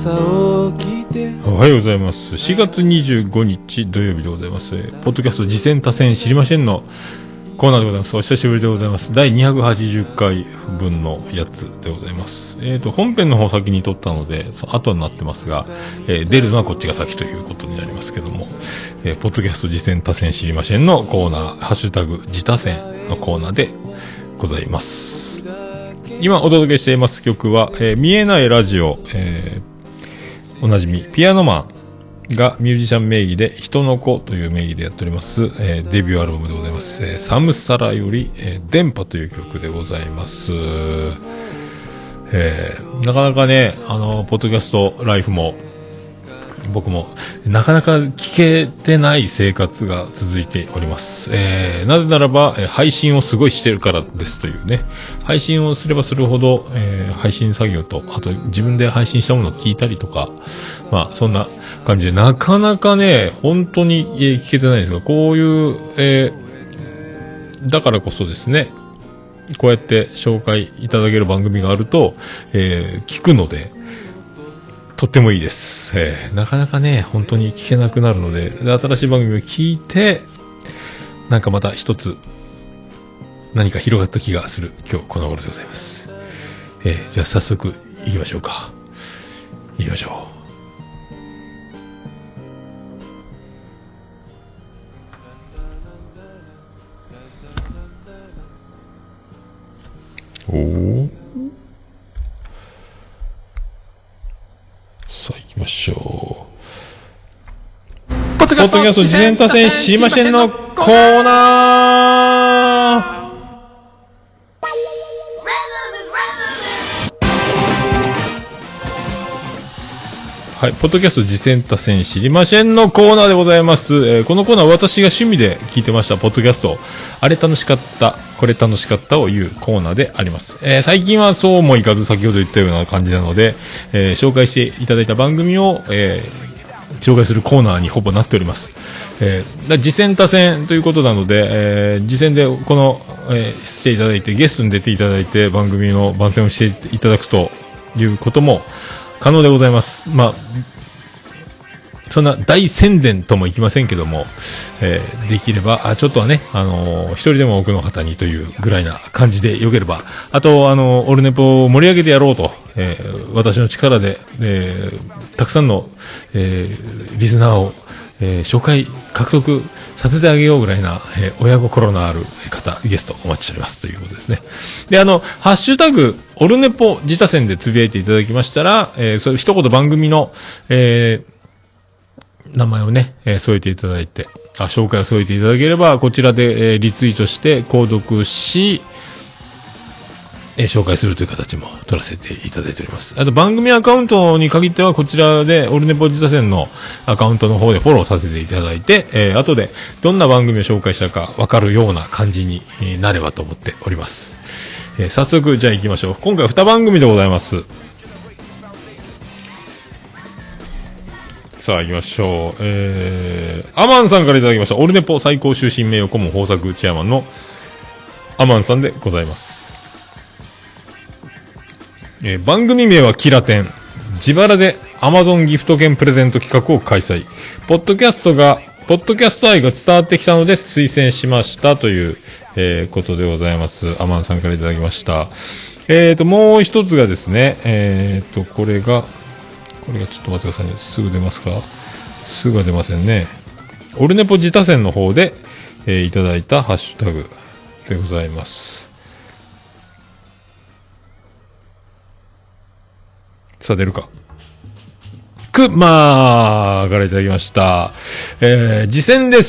おはようございます。4月25日土曜日でございます。ポッドキャスト次戦多戦知りませんのコーナーでございます。お久しぶりでございます。第280回分のやつでございます。本編の方先に撮ったので、後になってますが、出るのはこっちが先ということになりますけども、ポッドキャスト次戦多戦知りませんのコーナー、ハッシュタグ自他戦のコーナーでございます。今お届けしています曲は、見えないラジオ、おなじみピアノマンがミュージシャン名義で人の子という名義でやっております、デビューアルバムでございます、サムサラより、電波という曲でございます。なかなかね、ポッドキャストライフも僕もなかなか聞けてない生活が続いております。なぜならば、配信をすごいしてるからですというね。配信をすればするほど、配信作業と、あと自分で配信したものを聞いたりとか、まあそんな感じでなかなかね、本当に、聞けてないんですが、こういう、だからこそですね、こうやって紹介いただける番組があると、聞くので、とってもいいです。なかなかね、本当に聞けなくなるので、新しい番組を聞いて、なんかまた一つ、何か広がった気がする、今日この頃でございます。じゃあ早速行きましょうか。行きましょう。さあ行きましょう。ポッドキャスト次戦多戦知りませんのコーナー。はい、ポッドキャスト次戦多戦知りませんのコーナーでございます。このコーナーは私が趣味で聞いてましたポッドキャスト、あれ楽しかった、これ楽しかったを言うコーナーであります。最近はそうもいかず先ほど言ったような感じなので、紹介していただいた番組を、紹介するコーナーにほぼなっております。次戦多戦ということなので、次戦でこの、していただいてゲストに出ていただいて番組の番宣をしていただくということも可能でございます。まあ、そんな大宣伝ともいきませんけども、できれば、ちょっとはね、一人でも多くの方にというぐらいな感じでよければ、あと、オルネポを盛り上げてやろうと、私の力で、たくさんの、リスナーを、紹介、獲得させてあげようぐらいな、親心のある方、ゲストお待ちしておりますということですね。で、ハッシュタグ、オルネポ自他戦でつぶやいていただきましたら、それ一言番組の、名前をね、添えていただいて、紹介を添えていただければ、こちらで、リツイートして、購読し、紹介するという形も取らせていただいております。あと番組アカウントに限ってはこちらでオルネポ自他戦のアカウントの方でフォローさせていただいて、後でどんな番組を紹介したかわかるような感じになればと思っております。早速じゃあ行きましょう。今回は2番組でございます。さあ行きましょう。アマンさんからいただきました。オルネポ最高終身名誉顧問豊作チェアマンのアマンさんでございます。番組名はキラテン。自腹で Amazon ギフト券プレゼント企画を開催。ポッドキャスト愛が伝わってきたので推薦しましたという、ことでございます。アマンさんからいただきました。もう一つがですね、これがちょっと待ってくださいね。すぐ出ますか？すぐは出ませんね。オルネポ自他戦の方で、いただいたハッシュタグでございます。さあ出るか。くまーからいただきました。次戦です。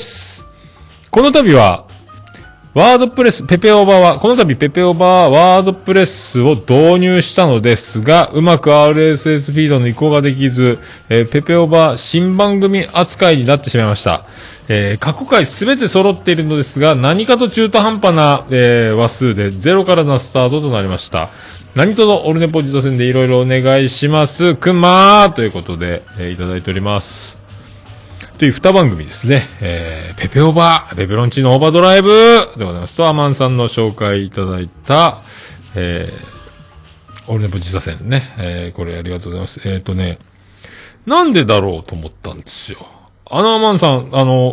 この度は、ワードプレス、この度ペペオバはワードプレスを導入したのですが、うまく RSS フィードの移行ができず、ペペオバ新番組扱いになってしまいました。過去回すべて揃っているのですが、何かと中途半端な、話数でゼロからのスタートとなりました。何とぞオルネポ自他戦でいろいろお願いします。くまーということで、いただいております。という2番組ですね。ペペロンチのオーバードライブでございますと、アマンさんの紹介いただいた、オルネポ自他戦ね。これありがとうございます。 なんでだろうと思ったんですよ。アナーマンさん、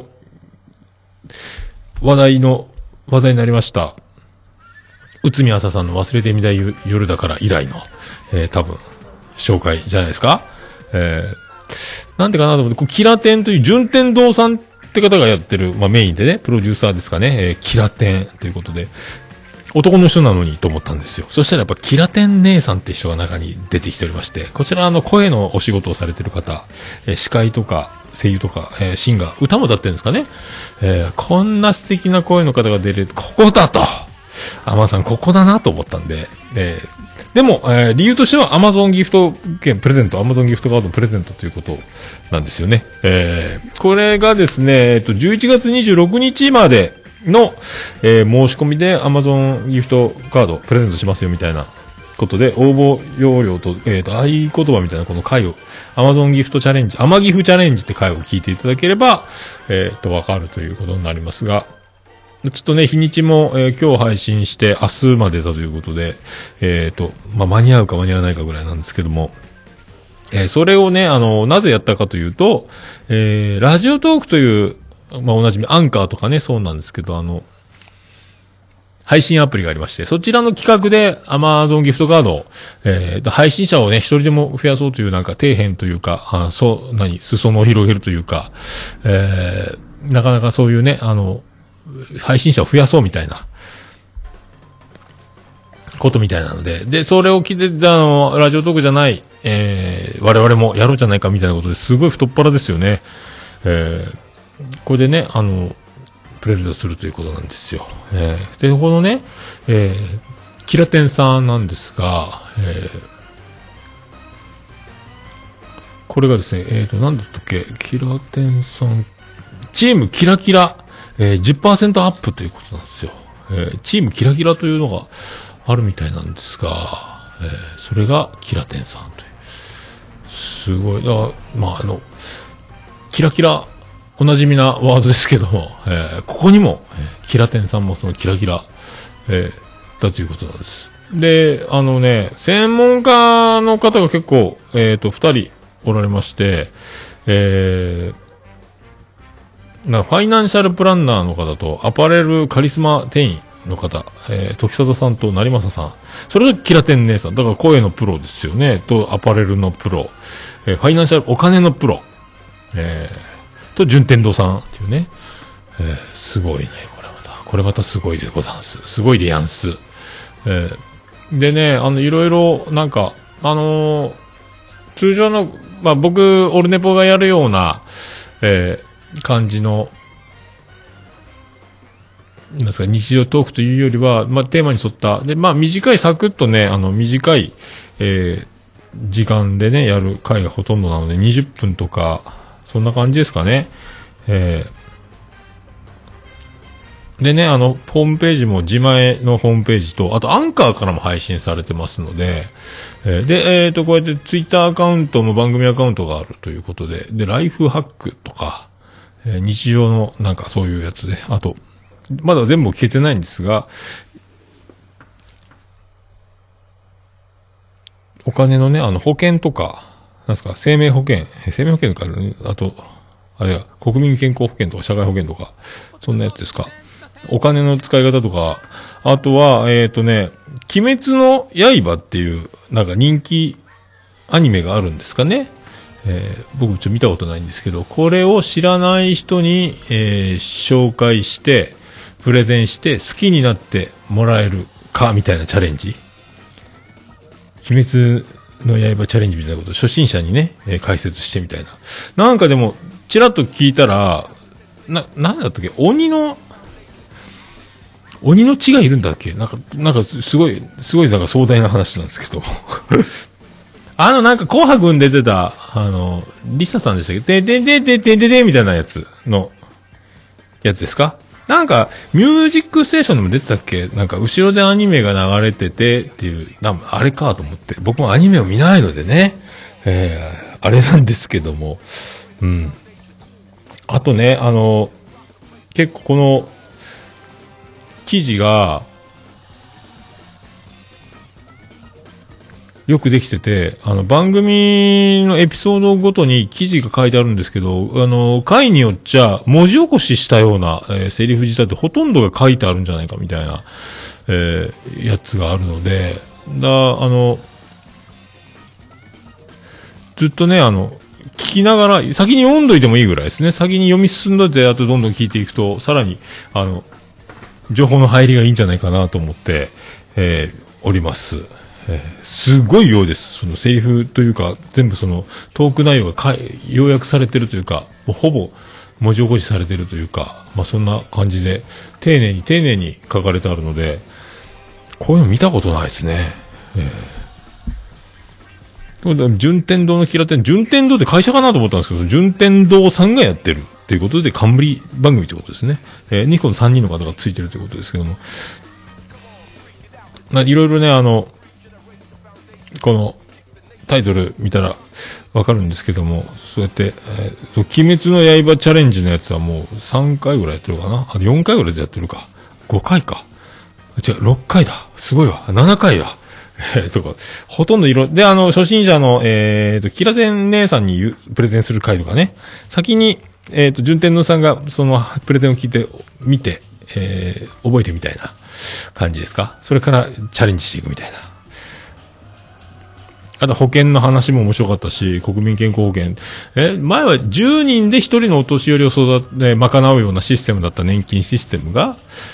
話題になりました。内海朝さんの忘れてみたい夜だから以来の、多分、紹介じゃないですか。なんでかなと思って、キラテンという順天堂さんって方がやってる、まあメインでね、プロデューサーですかね、キラテンということで、男の人なのにと思ったんですよ。そしたらやっぱキラテン姉さんって人が中に出てきておりまして、こちら声のお仕事をされてる方、司会とか声優とか、シンガー、歌も歌ってるんですかね。こんな素敵な声の方が出れる、ここだと。アマさんここだなと思ったんで、でも、理由としては Amazon ギフト券プレゼント、Amazon ギフトカードプレゼントということなんですよね。これがですね、11月26日までの、申し込みで Amazon ギフトカードプレゼントしますよみたいなことで、応募要領と、合言葉みたいなこの回を、Amazon ギフトチャレンジ、アマギフチャレンジって回を聞いていただければ、わかるということになりますが、ちょっとね、日にちも、今日配信して明日までだということで、まあ、間に合うか間に合わないかぐらいなんですけども、それをね、なぜやったかというと、ラジオトークという、まあ、おなじみ、アンカーとかね、そうなんですけど、配信アプリがありまして、そちらの企画で Amazon ギフトカードを、配信者をね、一人でも増やそうというなんか底辺というか、裾野を広げるというか、なかなかそういうね、配信者を増やそうみたいな、ことみたいなので、で、それを聞いて、ラジオトークじゃない、我々もやろうじゃないかみたいなことですごい太っ腹ですよね。これでね、プレゼントするということなんですよ。で、このね、キラテンさんなんですが、これがですね、なんだったっけ、キラテンさん、チームキラキラ、10% アップということなんですよ。チームキラキラというのがあるみたいなんですが、それがキラテンさんという。すごい。だから、まあ、キラキラ、おなじみなワードですけども、ここにも、キラテンさんもそのキラキラ、だということなんです。で、専門家の方が結構、二人おられまして、ファイナンシャルプランナーの方と、アパレルカリスマ店員の方、時貞さんと成政さん。それがキラテン姉さん。だから声のプロですよね。と、アパレルのプロ。ファイナンシャル、お金のプロ。と、順天堂さんっていうね。すごいね。これまたすごいでございます。すごいでやんす。でね、いろいろ、なんか、通常の、まあ、僕、オルネポがやるような、感じの、なんですか、日常トークというよりは、まあ、テーマに沿った、で、まあ、短い、サクッとね、短い、時間でね、やる回がほとんどなので、20分とか、そんな感じですかね。でね、ホームページも自前のホームページと、あとアンカーからも配信されてますので、で、こうやってツイッターアカウントも番組アカウントがあるということで、で、ライフハックとか、日常のなんかそういうやつで、あと、まだ全部聞けてないんですが、お金のね、保険とか、なんですか、生命保険か、あと、あれや、国民健康保険とか社会保険とか、そんなやつですか。お金の使い方とか、あとは、鬼滅の刃っていう、なんか人気アニメがあるんですかね。僕ちょっと見たことないんですけど、これを知らない人に、紹介して、プレゼンして好きになってもらえるか、みたいなチャレンジ。鬼滅の刃チャレンジみたいなことを初心者にね、解説してみたいな。なんかでも、ちらっと聞いたら、なんだったっけ、鬼の血がいるんだっけ、なんかすごいなんか壮大な話なんですけど。なんか紅白に出てた、リサさんでしたっけ、でみたいなやつですか。なんか、ミュージックステーションでも出てたっけ、なんか後ろでアニメが流れててっていう、あれかと思って、僕もアニメを見ないのでね、あれなんですけども、うん。あとね、結構この、記事が、 よくできてて、番組のエピソードごとに記事が書いてあるんですけど、回によっちゃ、文字起こししたような、セリフ自体ってほとんどが書いてあるんじゃないかみたいな、やつがあるので、ずっとね、聞きながら、先に読んどいてもいいぐらいですね。先に読み進んどいて、あとどんどん聞いていくと、さらに、情報の入りがいいんじゃないかなと思って、おります。すごい量です。そのセリフというか、全部そのトーク内容が要約されてるというか、ほぼ文字起こしされてるというか、まあそんな感じで、丁寧に書かれてあるので、こういうの見たことないですね。順天堂のキラテン、順天堂って会社かなと思ったんですけど、順天堂さんがやってるっていうことで、冠番組ってことですね。ニコの3人の方がついてるということですけども。いろいろね、このタイトル見たらわかるんですけども、そうやって、鬼滅の刃チャレンジのやつはもう3回ぐらいやってるかな。4回ぐらいでやってるか。5回か。違う、6回だ。すごいわ。7回だ。とか、ほとんどで、初心者の、キラテン姉さんにプレゼンする回とかね。先に、順天堂さんがそのプレゼンを聞いて、見て、覚えてみたいな感じですか。それからチャレンジしていくみたいな。あと保険の話も面白かったし、国民健康保険。前は10人で1人のお年寄りを賄うようなシステムだった年金システムが、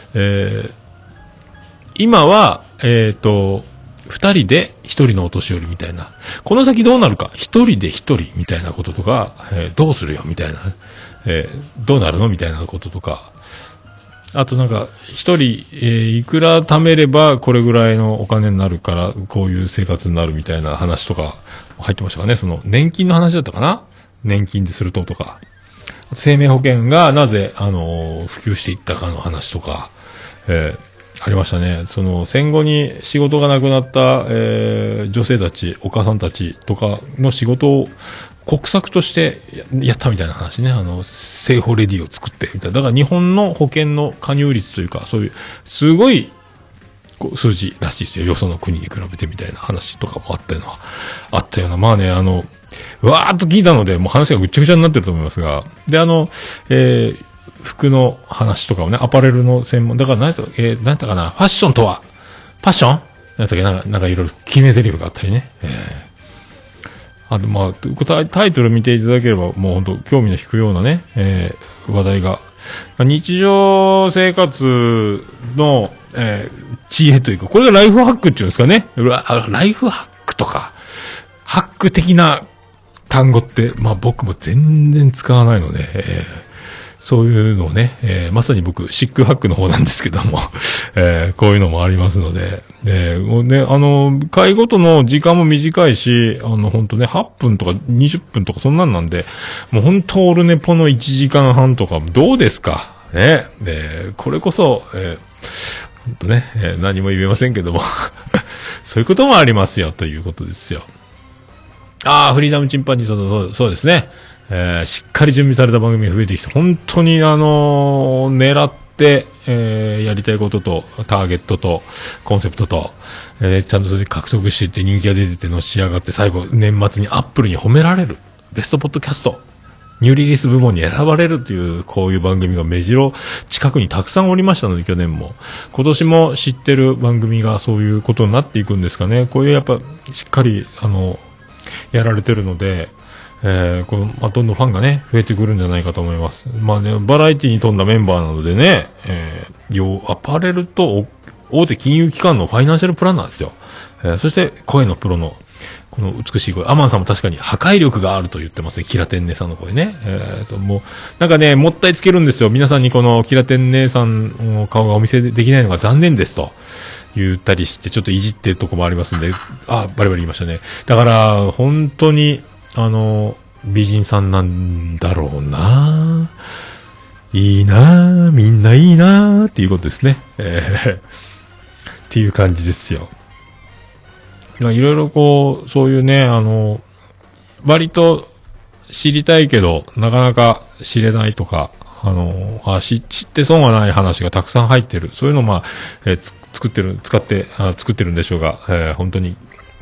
今は、2人で1人のお年寄りみたいな。この先どうなるか、1人で1人みたいなこととか、どうするよみたいな、どうなるのみたいなこととか。あとなんか、一人、いくら貯めればこれぐらいのお金になるから、こういう生活になるみたいな話とか入ってましたかね。その、年金の話だったかな、年金でするととか。生命保険がなぜ、普及していったかの話とか、ありましたね。その、戦後に仕事がなくなった、女性たち、お母さんたちとかの仕事を、国策としてやったみたいな話ね。生保レディを作ってみたいな。だから日本の保険の加入率というか、そういう、すごい、数字らしいですよ。よその国に比べてみたいな話とかもあったような。まあね、わーっと聞いたので、もう話がぐっちゃぐちゃになってると思いますが。で、服の話とかをね、アパレルの専門、だから何やったかな、ファッションとは、ファッション何やったっけなんかいろいろ決め台詞があったりね。まあ、タイトル見ていただければ、もう本当興味の引くようなね、話題が。日常生活の、知恵というか、これがライフハックっていうんですかね。ライフハックとか、ハック的な単語って、まあ僕も全然使わないので、そういうのをね、まさに僕、シックハックの方なんですけども、こういうのもありますので、もうね、回ごとの時間も短いし、ほんとね、8分とか20分とかそんなんなんで、もうほんとオルネポの1時間半とか、どうですかね。これこそ、ほんとね、何も言えませんけども、そういうこともありますよ、ということですよ。フリーダムチンパンジーさん、そうですね。しっかり準備された番組が増えてきて、本当に狙って、やりたいことと、ターゲットと、コンセプトと、ちゃんとそれで獲得していって人気が出ててのし上がって、最後、年末にアップルに褒められる。ベストポッドキャスト。ニューリリース部門に選ばれるという、こういう番組が目白近くにたくさんおりましたので、去年も。今年も知ってる番組がそういうことになっていくんですかね。こういうやっぱ、しっかり、やられてるので、どんどんファンがね、増えてくるんじゃないかと思います。まあね、バラエティに富んだメンバーなのでね、アパレルと大手金融機関のファイナンシャルプランナーですよ。そして声のプロの、この美しい声。アマンさんも確かに破壊力があると言ってますね。キラテン姉さんの声ね。もう、なんかね、もったいつけるんですよ。皆さんにこのキラテン姉さんの顔がお見せできないのが残念ですと。言ったりして、ちょっといじってるとこもありますんで、バリバリ言いましたね。だから、本当に、美人さんなんだろうな。いいな、みんないいなっていうことですね。っていう感じですよ。いろいろこう、そういうね、割と知りたいけど、なかなか知れないとか、知って損はない話がたくさん入ってる。そういうのをまあ、作ってるんでしょうが、本当に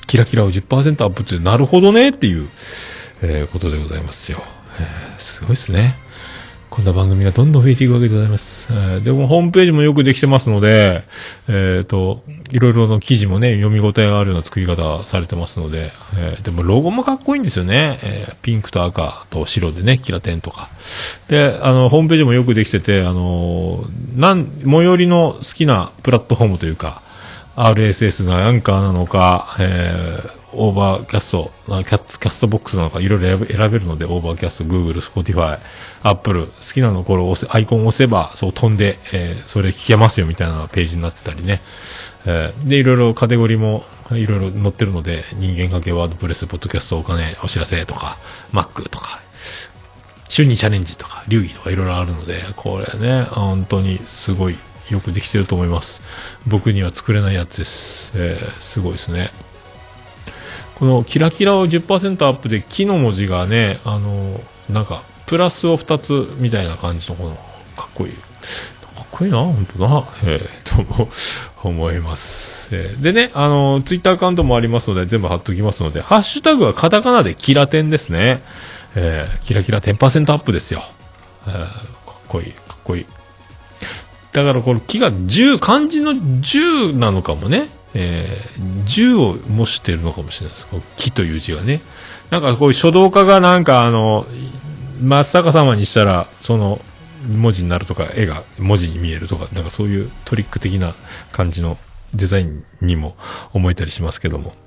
キラキラを 10% アップってなるほどねっていう、ことでございますよ。すごいですね。こんな番組がどんどん増えていくわけでございます。でもホームページもよくできてますので、いろいろの記事もね、読み応えがあるような作り方されてますので、でもロゴもかっこいいんですよね。ピンクと赤と白でね、キラテンとか。で、ホームページもよくできてて、最寄りの好きなプラットフォームというか、RSS がアンカーなのか、オーバーキャスト、キャストボックスなのか、いろいろ選べるので、オーバーキャスト、Google、Spotify、Apple、好きなのこれアイコンを押せば、そう飛んで、それ聞けますよみたいなページになってたりね。で、いろいろカテゴリーも、いろいろ載ってるので、人間関係ワードプレス、ポッドキャスト、お金、お知らせとか、Mac とか、週にチャレンジとか、流儀とかいろいろあるので、これね、本当にすごいよくできてると思います。僕には作れないやつです。すごいですね。このキラキラを 10% アップで木の文字がね、なんか、プラスを2つみたいな感じの、この、かっこいい。かっこいいな、本当な。と思います。でね、ツイッターアカウントもありますので、全部貼っときますので、ハッシュタグはカタカナでキラテンですね。キラキラ 10% アップですよ。かっこいい、かっこいい。だからこの木が10、漢字の10なのかもね。10を模してるのかもしれないです。木という字がね。なんかこういう書道家がなんか真っ逆さまにしたら、その文字になるとか、絵が文字に見えるとか、なんかそういうトリック的な感じのデザインにも思えたりしますけども。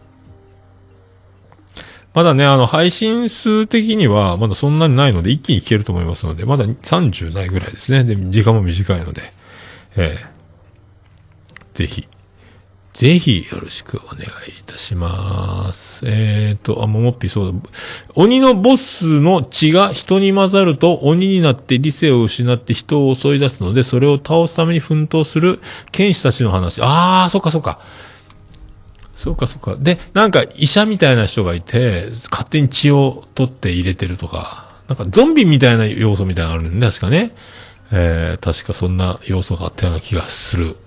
まだね、配信数的にはまだそんなにないので一気に聞けると思いますので、まだ30ないぐらいですね。で、時間も短いので、ぜひよろしくお願いいたします。ももっぴそうだ。鬼のボスの血が人に混ざると鬼になって理性を失って人を襲い出すので、それを倒すために奮闘する剣士たちの話。そっかそっか。そうかそうか。で、なんか医者みたいな人がいて、勝手に血を取って入れてるとか、なんかゾンビみたいな要素みたいなのがあるんで、確かね。確かそんな要素があったような気がする。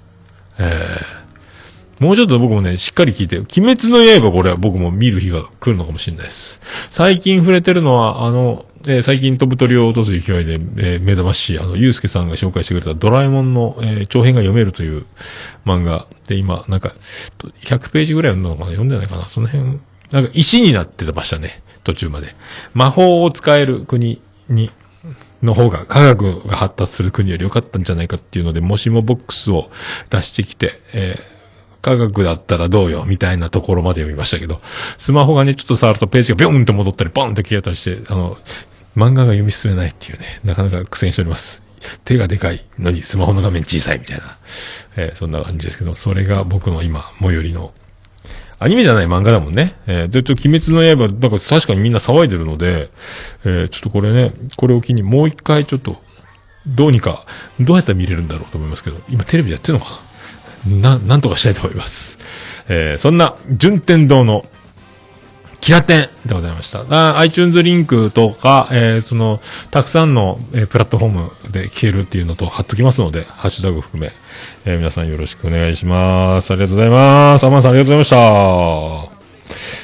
もうちょっと僕もね、しっかり聞いて、鬼滅の刃これは僕も見る日が来るのかもしれないです。最近触れてるのは、最近飛ぶ鳥を落とす勢いで、目覚ましい、ゆうすけさんが紹介してくれたドラえもんの、長編が読めるという漫画で今、なんか、100ページぐらい読んだのかな読んでないかなその辺、なんか石になってましたね。途中まで。魔法を使える国の方が、科学が発達する国より良かったんじゃないかっていうので、もしもボックスを出してきて、科学だったらどうよみたいなところまで読みましたけど、スマホがね、ちょっと触るとページがビョンって戻ったり、ボンって消えたりして、漫画が読み進めないっていうね、なかなか苦戦しております。手がでかいのにスマホの画面小さいみたいな、そんな感じですけど、それが僕の今、最寄りの、アニメじゃない漫画だもんね。で、鬼滅の刃、なんか確かにみんな騒いでるので、ちょっとこれね、これを機にもう一回ちょっと、どうにか、どうやったら見れるんだろうと思いますけど、今テレビでやってるのかななんとかしたいと思います。そんな、順天堂の、キラテンでございました。iTunes リンクとか、たくさんの、プラットフォームで聞けるっていうのと貼っときますので、ハッシュタグ含め、皆さんよろしくお願いします。ありがとうございます。アマンさんありがとうございました。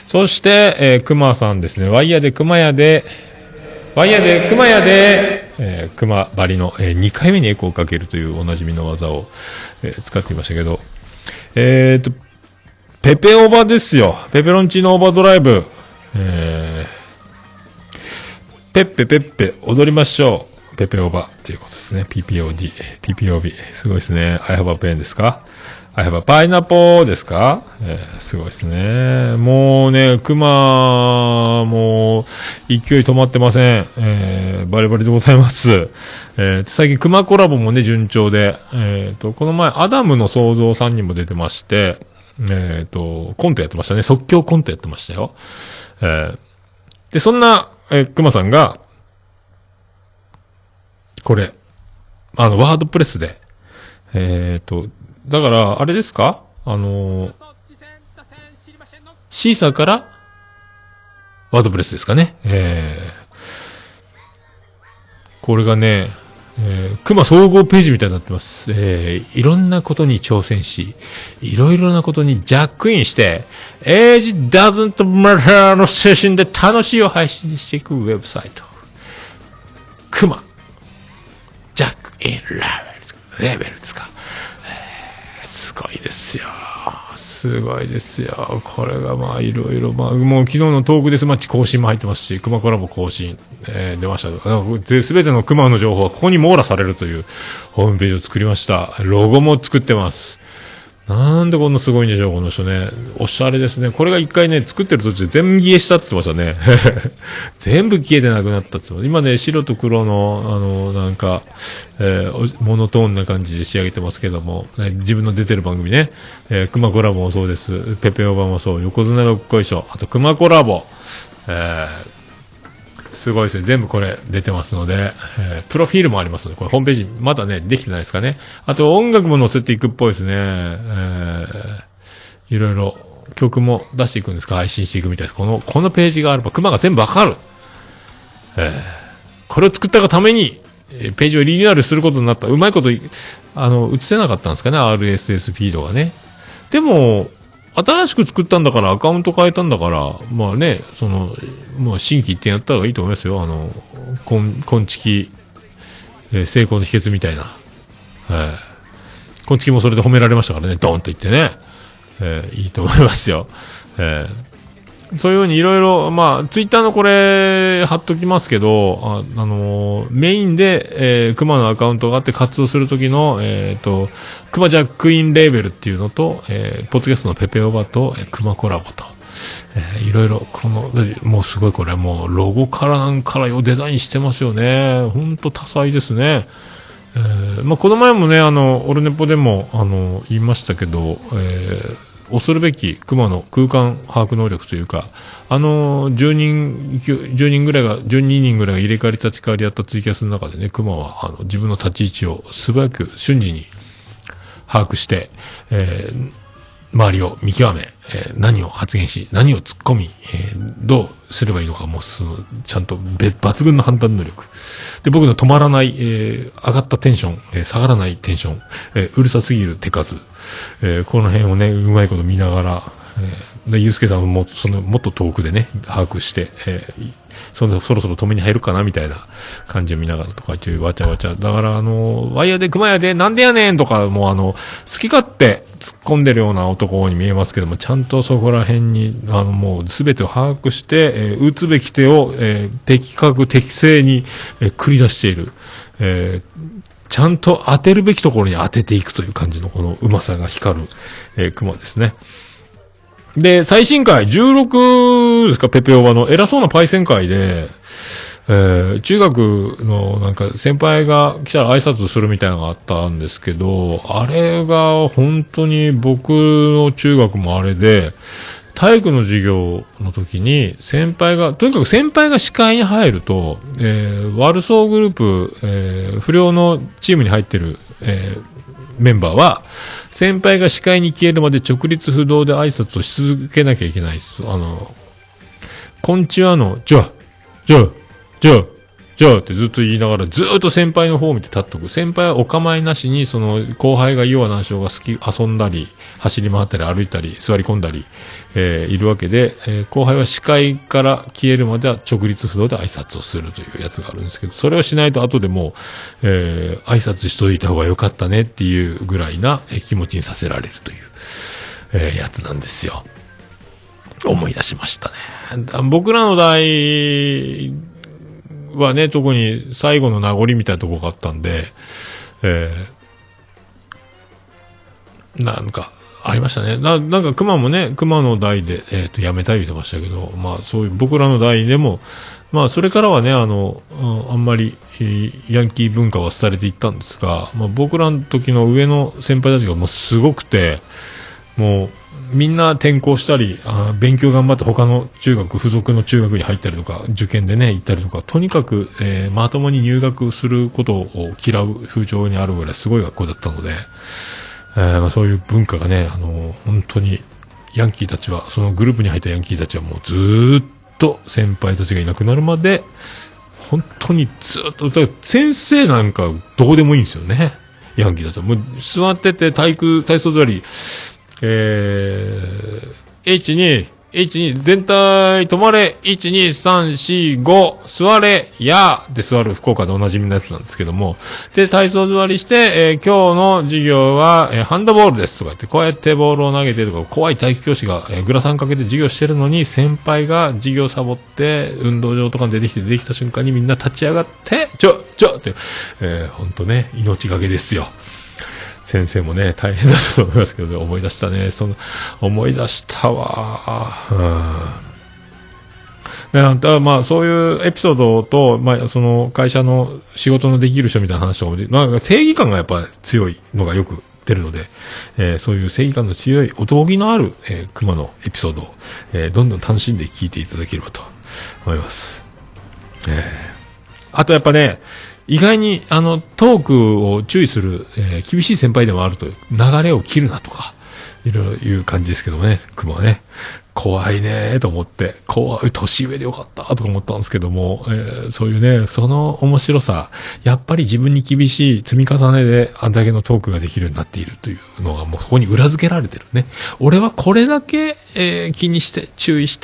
そして、熊さんですね。ワイヤで熊屋で、熊張りの、2回目にエコーをかけるというおなじみの技を、使っていましたけど、ペペオバですよ。ペペロンチーノオーバードライブ。ペッペ、踊りましょう。ペペオバっていうことですね。PPOB。すごいですね。I have a pen ですか ?I have a pineapple ですかすごいですね。もうね、熊、もう、勢い止まってません。バリバリでございます。最近熊コラボもね、順調で、この前、アダムの創造さんにも出てまして、コントやってましたね。即興コントやってましたよ。で、そんな、熊さんが、これ、ワードプレスで、だから、あれですかシーサーから、ワードプレスですかね。これがね、 熊総合ページみたいになってます。いろんなことに挑戦し、いろいろなことにジャックインして、Age doesn't matter の精神で楽しいを配信していくウェブサイト。熊、ジャックインレベルですか。すごいですよ。すごいですよ。これがまあいろいろ、まあもう昨日のトークデスマッチ更新も入ってますし、熊コラボ更新、出ました。すべての熊の情報はここに網羅されるというホームページを作りました。ロゴも作ってます。なんでこんなすごいんでしょう、この人ね。おしゃれですね。これが一回ね、作ってる途中で全部消えしたって言ってましたね。全部消えてなくなったって言ってました。今ね、白と黒の、なんか、モノトーンな感じで仕上げてますけども、自分の出てる番組ね、熊コラボもそうです。ペペオバもそう、横綱がっこいしょ、あと熊コラボ、すごいですね。全部これ出てますので、プロフィールもありますので、これホームページまだね、できてないですかね。あと音楽も載せていくっぽいですね。いろいろ曲も出していくんですか、配信していくみたいです。このページがあれば、熊が全部わかる。これを作ったがために、ページをリニューアルすることになった。うまいこと、映せなかったんですかね、RSS フィードがね。でも、新しく作ったんだから、アカウント変えたんだから、まあね、もう新規一点やった方がいいと思いますよ。昆虫、成功の秘訣みたいな。昆虫もそれで褒められましたからね、ドーンと言ってね。いいと思いますよ。そういうようにいろいろ、まあ、ツイッターのこれ、貼っときますけど、メインで、熊のアカウントがあって活動するときの、熊ジャックインレーベルっていうのと、ポッドキャストのペペオバと、熊コラボと、いろいろ、もうすごいこれ、もうロゴからなんからよデザインしてますよね。ほんと多彩ですね。まあ、この前もね、オルネポでも、言いましたけど、恐るべき熊の空間把握能力というか、12人ぐらいが入れ替わり立ち替わりやったツイキャスの中でね、熊は、自分の立ち位置を素早く瞬時に把握して、周りを見極め、何を発言し、何を突っ込み、どうすればいいのか、もうちゃんと抜群の判断能力。で、僕の止まらない、上がったテンション、下がらないテンション、うるさすぎる手数、この辺をね、うまいこと見ながら、で、ゆうすけさんももっと遠くでね、把握して、そろそろ止めに入るかなみたいな感じを見ながらとかっていうわちゃわちゃ。だからワイヤーで熊やでなんでやねんとかも好き勝手突っ込んでるような男に見えますけども、ちゃんとそこら辺に、もうすべてを把握して、打つべき手を、的確適正に、繰り出している。ちゃんと当てるべきところに当てていくという感じのこのうまさが光る、熊ですね。で、最新回、16ですか、ペペオバの偉そうなパイセン会で、中学のなんか先輩が来たら挨拶するみたいなのがあったんですけど、あれが本当に僕の中学もあれで、体育の授業の時にとにかく先輩が司会に入ると、悪そうグループ、不良のチームに入ってる、メンバーは、先輩が視界に消えるまで直立不動で挨拶をし続けなきゃいけないです。こんちはじゃあってずっと言いながら、ずっと先輩の方を見て立っとく。先輩はお構いなしに、後輩が弱難症が遊んだり、走り回ったり、歩いたり、座り込んだり、いるわけで、後輩は視界から消えるまでは直立不動で挨拶をするというやつがあるんですけど、それをしないと後でも挨拶しといた方が良かったねっていうぐらいな気持ちにさせられるという、やつなんですよ。思い出しましたね。僕らの代はね、特に最後の名残みたいなところがあったんで、なんか、ありましたね。なんか熊もね、熊の代で、やめたい言ってましたけど、まあそういう僕らの代でも、まあそれからはね、あんまり、ヤンキー文化は廃れていったんですが、まあ僕らの時の上の先輩たちがもうすごくて、もうみんな転校したり、勉強頑張って他の付属の中学に入ったりとか、受験でね、行ったりとか、とにかく、まともに入学することを嫌う風潮にあるぐらいすごい学校だったので、まあそういう文化がね、本当に、ヤンキーたちは、そのグループに入ったヤンキーたちはもうずーっと先輩たちがいなくなるまで、 本当にずっと、だから先生なんかどうでもいいんですよね。ヤンキーだと。もう座ってて体操座り、H2、全体止まれ、1、2、3、4、5、座れ、やーで座る福岡でおなじみのやつなんですけども、で、体操座りして、今日の授業は、ハンドボールですとか言って、こうやってボールを投げてとか、怖い体育教師が、グラサンかけて授業してるのに、先輩が授業サボって、運動場とかに出てきた瞬間にみんな立ち上がって、ちょって、ほんとね、命がけですよ。先生もね、大変だったと思いますけどね、思い出したね。思い出したわ。まあ、そういうエピソードと、まあ、その会社の仕事のできる人みたいな話とかも、なんか正義感がやっぱ強いのがよく出るので、そういう正義感の強い、男気のある、熊のエピソードを、どんどん楽しんで聞いていただければと思います。あとやっぱね、意外に、トークを注意する、厳しい先輩でもあるという、流れを切るなとか、いろいろいう感じですけどもね、熊はね。怖いねーと思って、年上でよかったとか思ったんですけども、そういうね、その面白さ、やっぱり自分に厳しい積み重ねであんだけのトークができるようになっているというのがもうそこに裏付けられてるね。俺はこれだけ、気にして、注意して、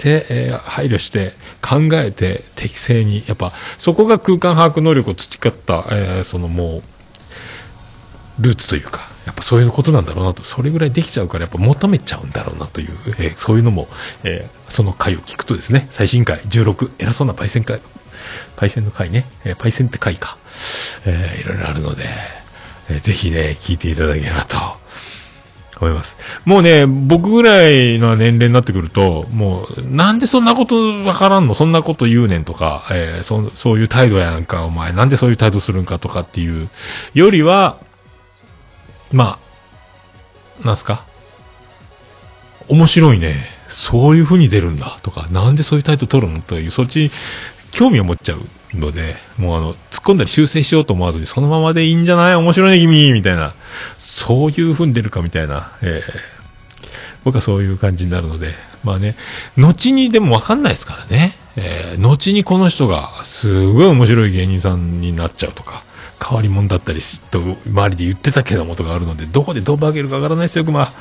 配慮して、考えて、適正に、やっぱ、そこが空間把握能力を培った、もう、ルーツというか、やっぱそういうことなんだろうなと、それぐらいできちゃうからやっぱ求めちゃうんだろうなという、そういうのも、その回を聞くとですね、最新回16、偉そうなパイセンの回ね、パイセンって回か、いろいろあるので、ぜひね、聞いていただければと思います。もうね、僕ぐらいの年齢になってくると、もう、なんでそんなことわからんのそんなこと言うねんとか、そういう態度やんか、お前、なんでそういう態度するんかとかっていうよりは、まあ、なんすか面白いね。そういう風に出るんだとか、なんでそういう態度取るのという、そっちに興味を持っちゃうので、もう突っ込んだり修正しようと思わずに、そのままでいいんじゃない面白いね、君みたいな。そういう風に出るかみたいな。僕はそういう感じになるので、まあね、後にでもわかんないですからね。後にこの人がすごい面白い芸人さんになっちゃうとか、変わり者だったりと周りで言ってたけどもとかあるので、どこでどう化けるかわからないですよ、熊。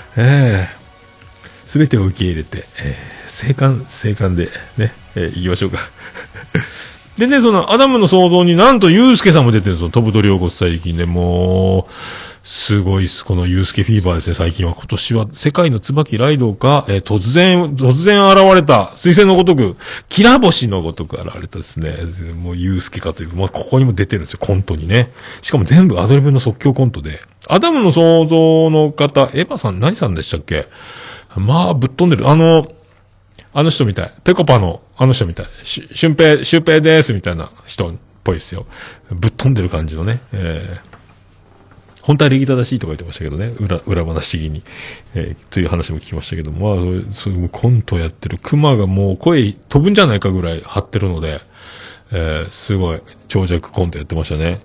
すべてを受け入れて、静観でね、行きましょうか。でね、そのアダムの創造になんとユースケさんも出てるんですよ。飛ぶ鳥を起こす最近で、もう、すごいっす。このユースケフィーバーですね、最近は。今年は世界の椿ライドが、突然現れた、水星のごとく、きら星のごとく現れたですね、もうユースケかという、まあ、ここにも出てるんですよ、コントにね。しかも全部アドリブの即興コントで。アダムの創造の方、エヴァさん、何さんでしたっけ？まあ、ぶっ飛んでる。あの人みたい。ペコパの、あの人みたい。シュウペイですみたいな人っぽいですよ。ぶっ飛んでる感じのね。本当は礼儀正しいとか言ってましたけどね。裏話的に。という話も聞きましたけども、まあ、そういうコントやってる。熊がもう声飛ぶんじゃないかぐらい張ってるので、すごい長尺コントやってましたね。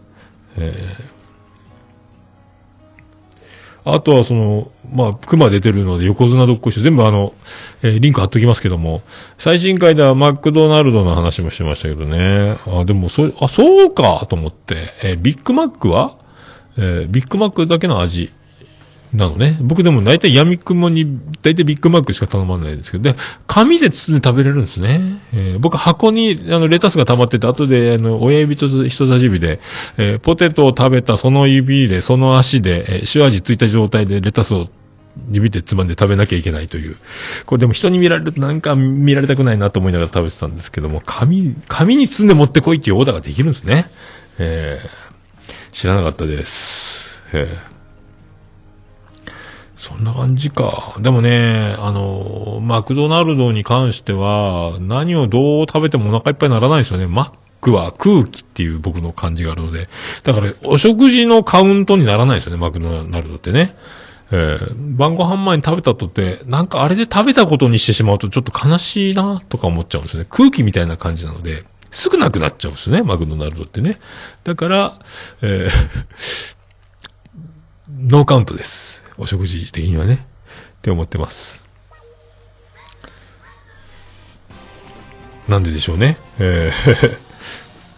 あとはまあ、熊出てるので横綱どっこいし、全部リンク貼っときますけども、最新回ではマクドナルドの話もしてましたけどね。でもそうかと思って、ビッグマックはビッグマックだけの味なのね。僕でも大体闇雲に大体ビッグマックしか頼まないんですけど、で、紙で包んで食べれるんですね。僕箱にレタスが溜まってて、後で親指と人差し指で、ポテトを食べたその指で、その足で、塩味ついた状態でレタスを指でつまんで食べなきゃいけないという。これでも人に見られるとなんか見られたくないなと思いながら食べてたんですけども、紙に包んで持ってこいっていうオーダーができるんですね。知らなかったです。そんな感じか。でもね、マクドナルドに関しては、何をどう食べてもお腹いっぱいにならないですよね。マックは空気っていう僕の感じがあるので。だから、お食事のカウントにならないですよね、マクドナルドってね。晩ご飯前に食べたとって、なんかあれで食べたことにしてしまうとちょっと悲しいなとか思っちゃうんですよね。空気みたいな感じなので、すぐなくなっちゃうんですね、マクドナルドってね。だから、ノーカウントです。お食事的にはね。って思ってます。なんででしょうね。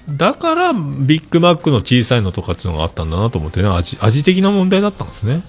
だから、ビッグマックの小さいのとかっていうのがあったんだなと思ってね、味的な問題だったんですね。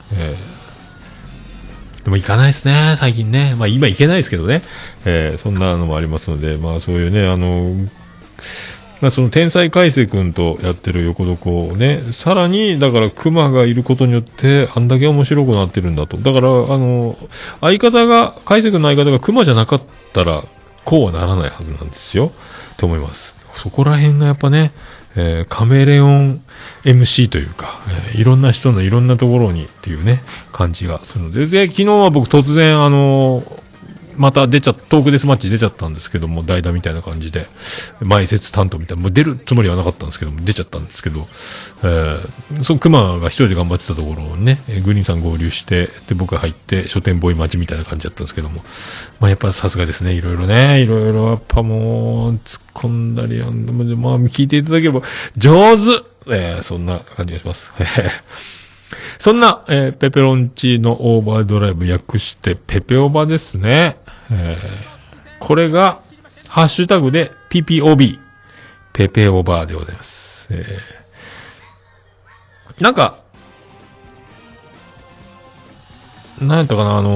でも行かないですね、最近ね。まあ今行けないですけどね。そんなのもありますので、まあそういうね、まあその天才海星くんとやってる横床をね、さらに、だから熊がいることによって、あんだけ面白くなってるんだと。だから、海星くんの相方が熊じゃなかったら、こうはならないはずなんですよ。と思います。そこら辺がやっぱね、カメレオン MC というか、いろんな人のいろんなところにっていうね、感じがするので、昨日は僕突然またトークデスマッチ出ちゃったんですけども、代打みたいな感じで、前説担当みたいな、もう出るつもりはなかったんですけども、出ちゃったんですけど、その熊が一人で頑張ってたところをね、グリーンさん合流して、で、僕が入って、書店ボーイ待ちみたいな感じだったんですけども、まあやっぱさすがですね、いろいろやっぱもう、突っ込んだり、まあ聞いていただければ、上手そんな感じがします。そんな、ペペロンチのオーバードライブ略してペペオバですね。これが、ハッシュタグで PPOB、ペペオバーでございます。なんか、なんやったかな、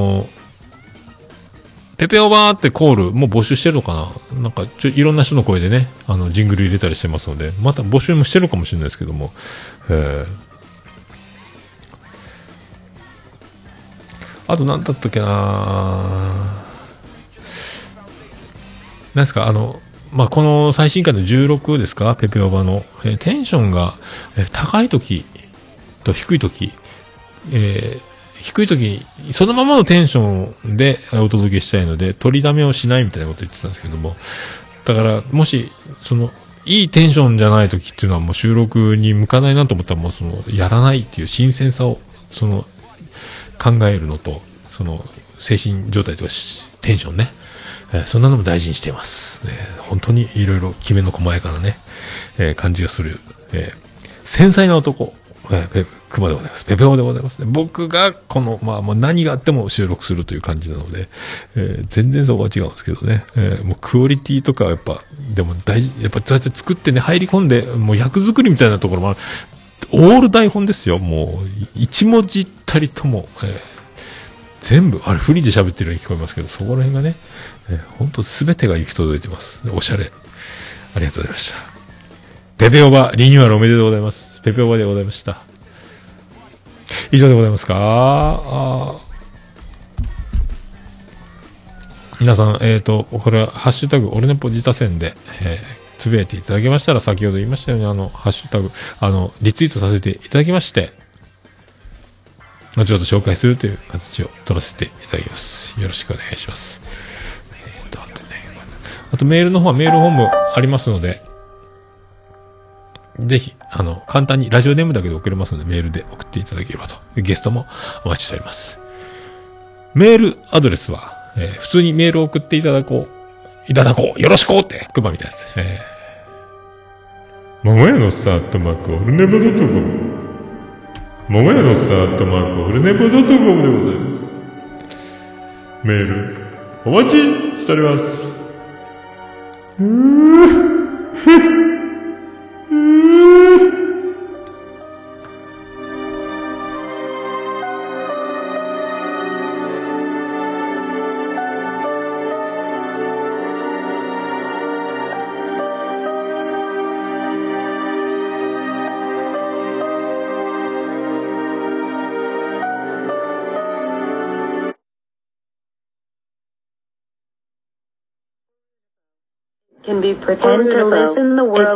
ペペオバーってコール、もう募集してるのかな、なんか、いろんな人の声でね、ジングル入れたりしてますので、また募集もしてるかもしれないですけども、あと何だったっけな、なんですか、まあ、この最新回の16ですか、ペペオバの、テンションが、高い時と低い時、低い時に、そのままのテンションでお届けしたいので、取りだめをしないみたいなこと言ってたんですけども、だから、もし、いいテンションじゃない時っていうのはもう収録に向かないなと思ったら、もうやらないっていう新鮮さを、考えるのと、精神状態とテンションね、そんなのも大事にしています。本当にいろいろきめの細やかなね、感じがする、繊細な男、熊でございます。ペペオでございますね。僕がまあもう何があっても収録するという感じなので、全然そこは違うんですけどね、もうクオリティとかはやっぱ、でもやっぱそうやって作ってね、入り込んで、もう役作りみたいなところもある。オール台本ですよ。もう、一文字たりとも、全部、あれフリーで喋ってるように聞こえますけど、そこら辺がね、ほんと全てが行き届いてます。おしゃれ。ありがとうございました。ペペオバ、リニューアルおめでとうございます。ペペオバでございました。以上でございますか？皆さん、これは、ハッシュタグ、オルネポ自他戦で、つぶやいていただきましたら、先ほど言いましたように、ハッシュタグ、リツイートさせていただきまして、後ほど紹介するという形を取らせていただきます。よろしくお願いします。あとメールの方はメール本部ありますので、ぜひ、簡単にラジオネームだけで送れますので、メールで送っていただければと。ゲストもお待ちしております。メールアドレスは、普通にメールを送っていただこう、よろしくって、クマみたいです。桃屋のスタートマーク、オルネボドットコム。桃屋のスタートマーク、オルネボドットコムでございます。メール、お待ちしております。 Can be pretend to listen the world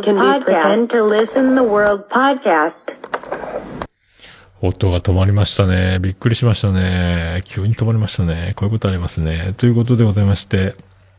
podcast. 音が止まりましたね。びっくりしましたね。急に止まりましたね。こういうことありますね。ということでございまして。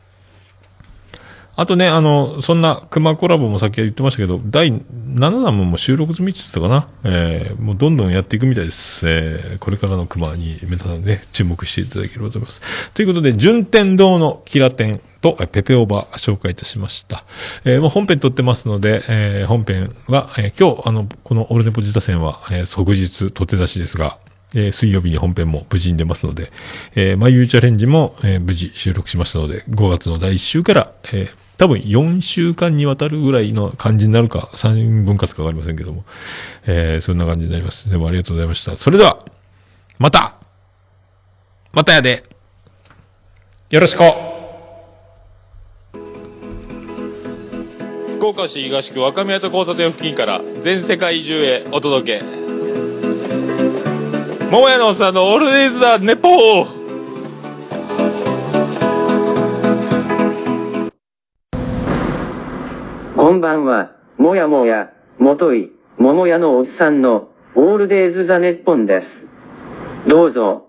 あとね、そんな熊コラボもさっき言ってましたけど、第7弾ももう収録済みって言ってたかな。もうどんどんやっていくみたいです。これからの熊に皆さんね、注目していただければと思います。ということで、順天堂のキラテンとペペオバ紹介いたしました。もう本編撮ってますので、本編は、今日、このオルネポ自他戦は、即日撮って出しですが、水曜日に本編も無事に出ますので、まゆチャレンジも、無事収録しましたので、5月の第1週から、 多分4週間にわたるぐらいの感じになるか、3分割かわかりませんけども、そんな感じになります。でもありがとうございました。それでは、またやで。よろしく。福岡市東区若宮と交差点付近から全世界中へお届け。桃屋のおっさんのオールデイズ・ザ・ネポー。 こんばんは、もやもや、もとい、桃屋のおっさんのオールデイズ・ザ・ネッポンです。どうぞ。